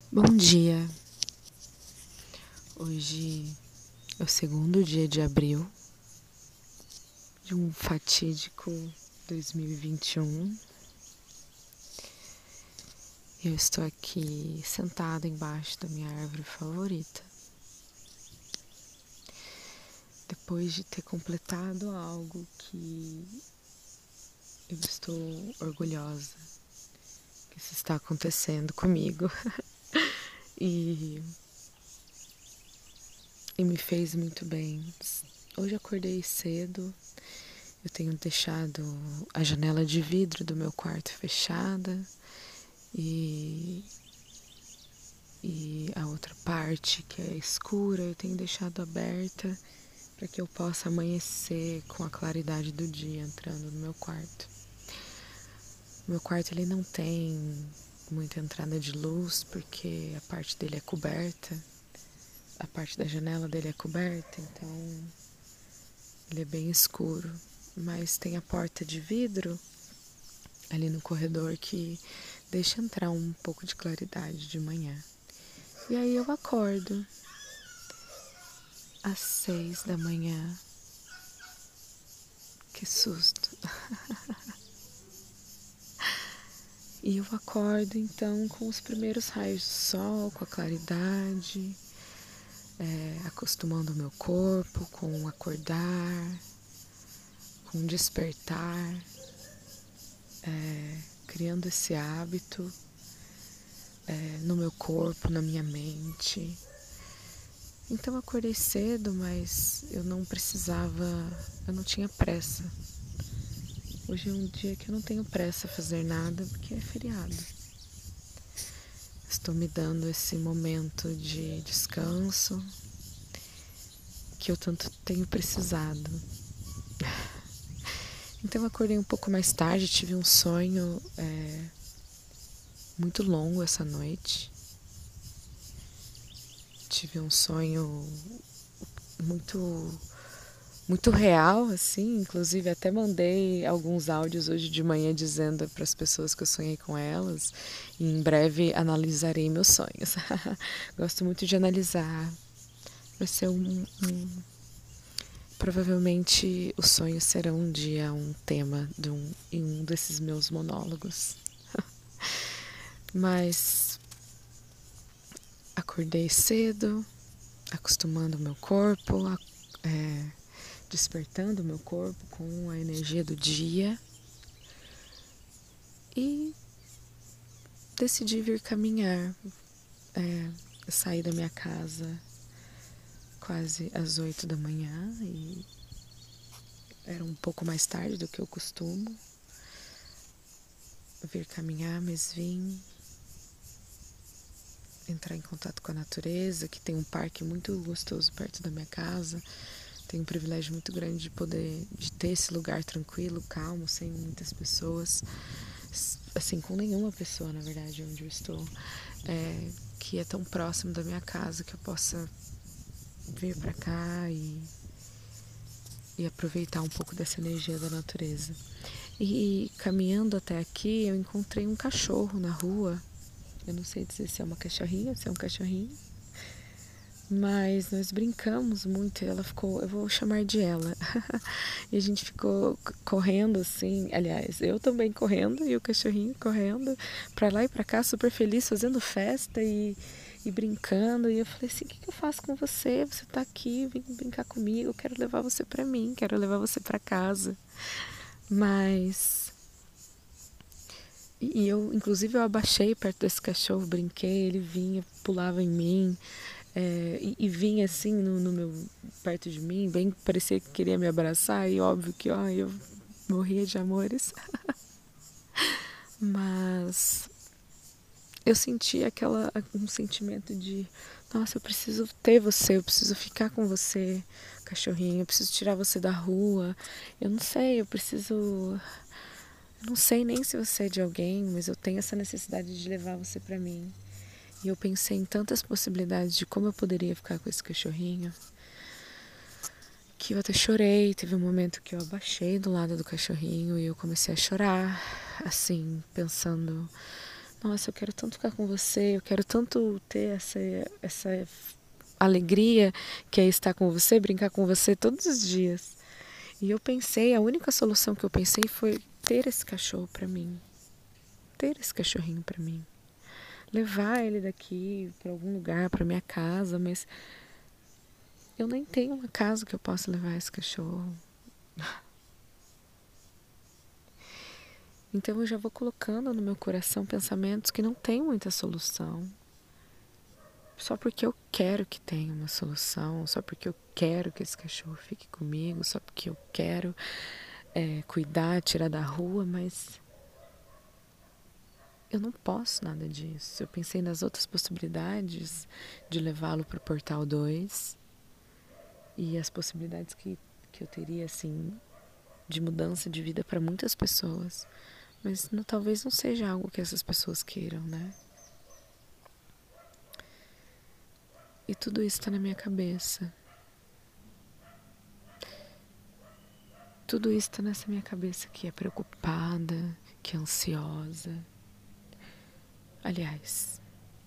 Bom dia! Hoje é o segundo dia de abril de um fatídico 2021. Eu estou aqui sentada embaixo da minha árvore favorita, depois de ter completado algo que eu estou orgulhosa que isso está acontecendo comigo e me fez muito bem. Hoje acordei cedo. Eu tenho deixado a janela de vidro do meu quarto fechada e a outra parte, que é escura, eu tenho deixado aberta para que eu possa amanhecer com a claridade do dia entrando no meu quarto. Meu quarto ele não tem muita entrada de luz porque a parte dele é coberta, a parte da janela dele é coberta, então ele é bem escuro. Mas tem a porta de vidro ali no corredor que deixa entrar um pouco de claridade de manhã. E aí eu acordo às 6 da manhã. Que susto! E eu acordo então com os primeiros raios do sol, com a claridade, acostumando o meu corpo com o acordar, com o despertar, criando esse hábito no meu corpo, na minha mente. Então eu acordei cedo, mas eu não precisava, eu não tinha pressa. Hoje é um dia que eu não tenho pressa a fazer nada, porque é feriado. Estou me dando esse momento de descanso que eu tanto tenho precisado. Então eu acordei um pouco mais tarde, tive um sonho muito longo essa noite. Tive um sonho muito real, assim. Inclusive até mandei alguns áudios hoje de manhã dizendo para as pessoas que eu sonhei com elas. E em breve analisarei meus sonhos. Gosto muito de analisar. Vai ser provavelmente os sonhos serão um dia um tema em um desses meus monólogos. Mas acordei cedo, acostumando o meu corpo, despertando o meu corpo com a energia do dia e decidi vir caminhar. Eu saí da minha casa quase às 8 da manhã e era um pouco mais tarde do que eu costumo vir caminhar, mas vim entrar em contato com a natureza, que tem um parque muito gostoso perto da minha casa. Tenho um privilégio muito grande de ter esse lugar tranquilo, calmo, sem muitas pessoas, assim, com nenhuma pessoa, na verdade, onde eu estou, que é tão próximo da minha casa que eu possa vir para cá e aproveitar um pouco dessa energia da natureza. E caminhando até aqui, eu encontrei um cachorro na rua. Eu não sei dizer se é uma cachorrinha, se é um cachorrinho. Mas nós brincamos muito e ela ficou, eu vou chamar de ela. E a gente ficou correndo assim, aliás, eu também correndo e o cachorrinho correndo pra lá e pra cá, super feliz, fazendo festa e brincando. E eu falei assim, o que eu faço com você? Você tá aqui, vem brincar comigo, eu quero levar você pra mim, quero levar você pra casa. Mas... E eu, inclusive, eu abaixei perto desse cachorro, brinquei, ele vinha, pulava em mim. E vinha assim no meu, perto de mim, bem parecia que queria me abraçar, e óbvio que eu morria de amores. Mas eu senti um sentimento de, nossa, eu preciso ter você, eu preciso ficar com você, cachorrinho, eu preciso tirar você da rua. Eu não sei, eu não sei nem se você é de alguém, mas eu tenho essa necessidade de levar você pra mim. E eu pensei em tantas possibilidades de como eu poderia ficar com esse cachorrinho, que eu até chorei. Teve um momento que eu abaixei do lado do cachorrinho e eu comecei a chorar, assim, pensando, Nossa, eu quero tanto ficar com você, eu quero tanto ter essa alegria que é estar com você, brincar com você todos os dias. E eu pensei, a única solução que eu pensei foi ter esse cachorro para mim, ter esse cachorrinho para mim, levar ele daqui para algum lugar, para minha casa, mas eu nem tenho uma casa que eu possa levar esse cachorro. Então eu já vou colocando no meu coração pensamentos que não têm muita solução. Só porque eu quero que tenha uma solução, só porque eu quero que esse cachorro fique comigo, só porque eu quero cuidar, tirar da rua, mas eu não posso nada disso. Eu pensei nas outras possibilidades de levá-lo para o Portal 2 e as possibilidades que eu teria, assim, de mudança de vida para muitas pessoas. Mas talvez não seja algo que essas pessoas queiram, né? E tudo isso está na minha cabeça. Tudo isso está nessa minha cabeça que é preocupada, que é ansiosa. Aliás,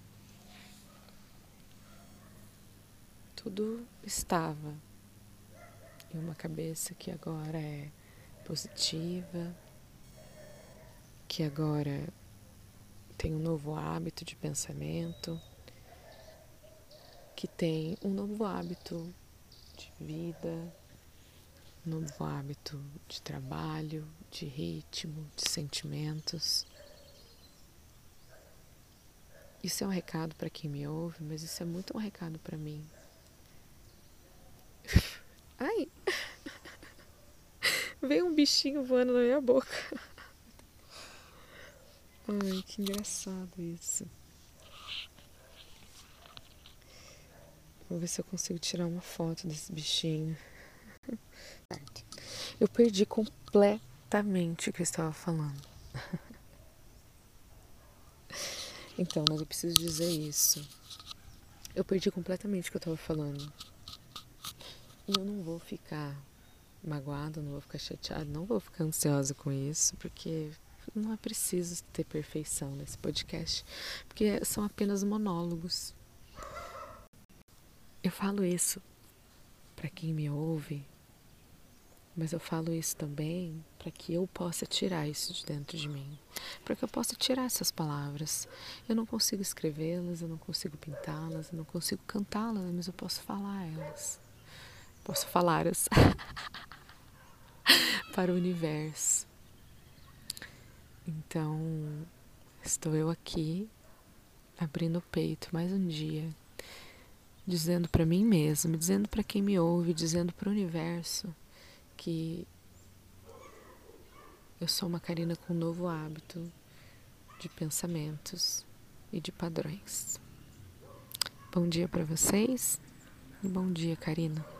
tudo estava em uma cabeça que agora é positiva, que agora tem um novo hábito de pensamento, que tem um novo hábito de vida, um novo hábito de trabalho, de ritmo, de sentimentos. Isso é um recado para quem me ouve, mas isso é muito um recado para mim. Ai, veio um bichinho voando na minha boca. Ai, que engraçado isso. Vou ver se eu consigo tirar uma foto desse bichinho. Eu perdi completamente o que eu estava falando. Então, mas eu preciso dizer isso. Eu perdi completamente o que eu estava falando. E eu não vou ficar magoada, não vou ficar chateada, não vou ficar ansiosa com isso, porque não é preciso ter perfeição nesse podcast, porque são apenas monólogos. Eu falo isso para quem me ouve, mas eu falo isso também para que eu possa tirar isso de dentro de mim, para que eu possa tirar essas palavras. Eu não consigo escrevê-las, eu não consigo pintá-las, eu não consigo cantá-las, mas eu posso falar elas. Posso falá-las para o universo. Então, estou eu aqui, abrindo o peito mais um dia, dizendo para mim mesmo, dizendo para quem me ouve, dizendo para o universo que eu sou uma Karina com um novo hábito de pensamentos e de padrões. Bom dia para vocês e bom dia, Karina.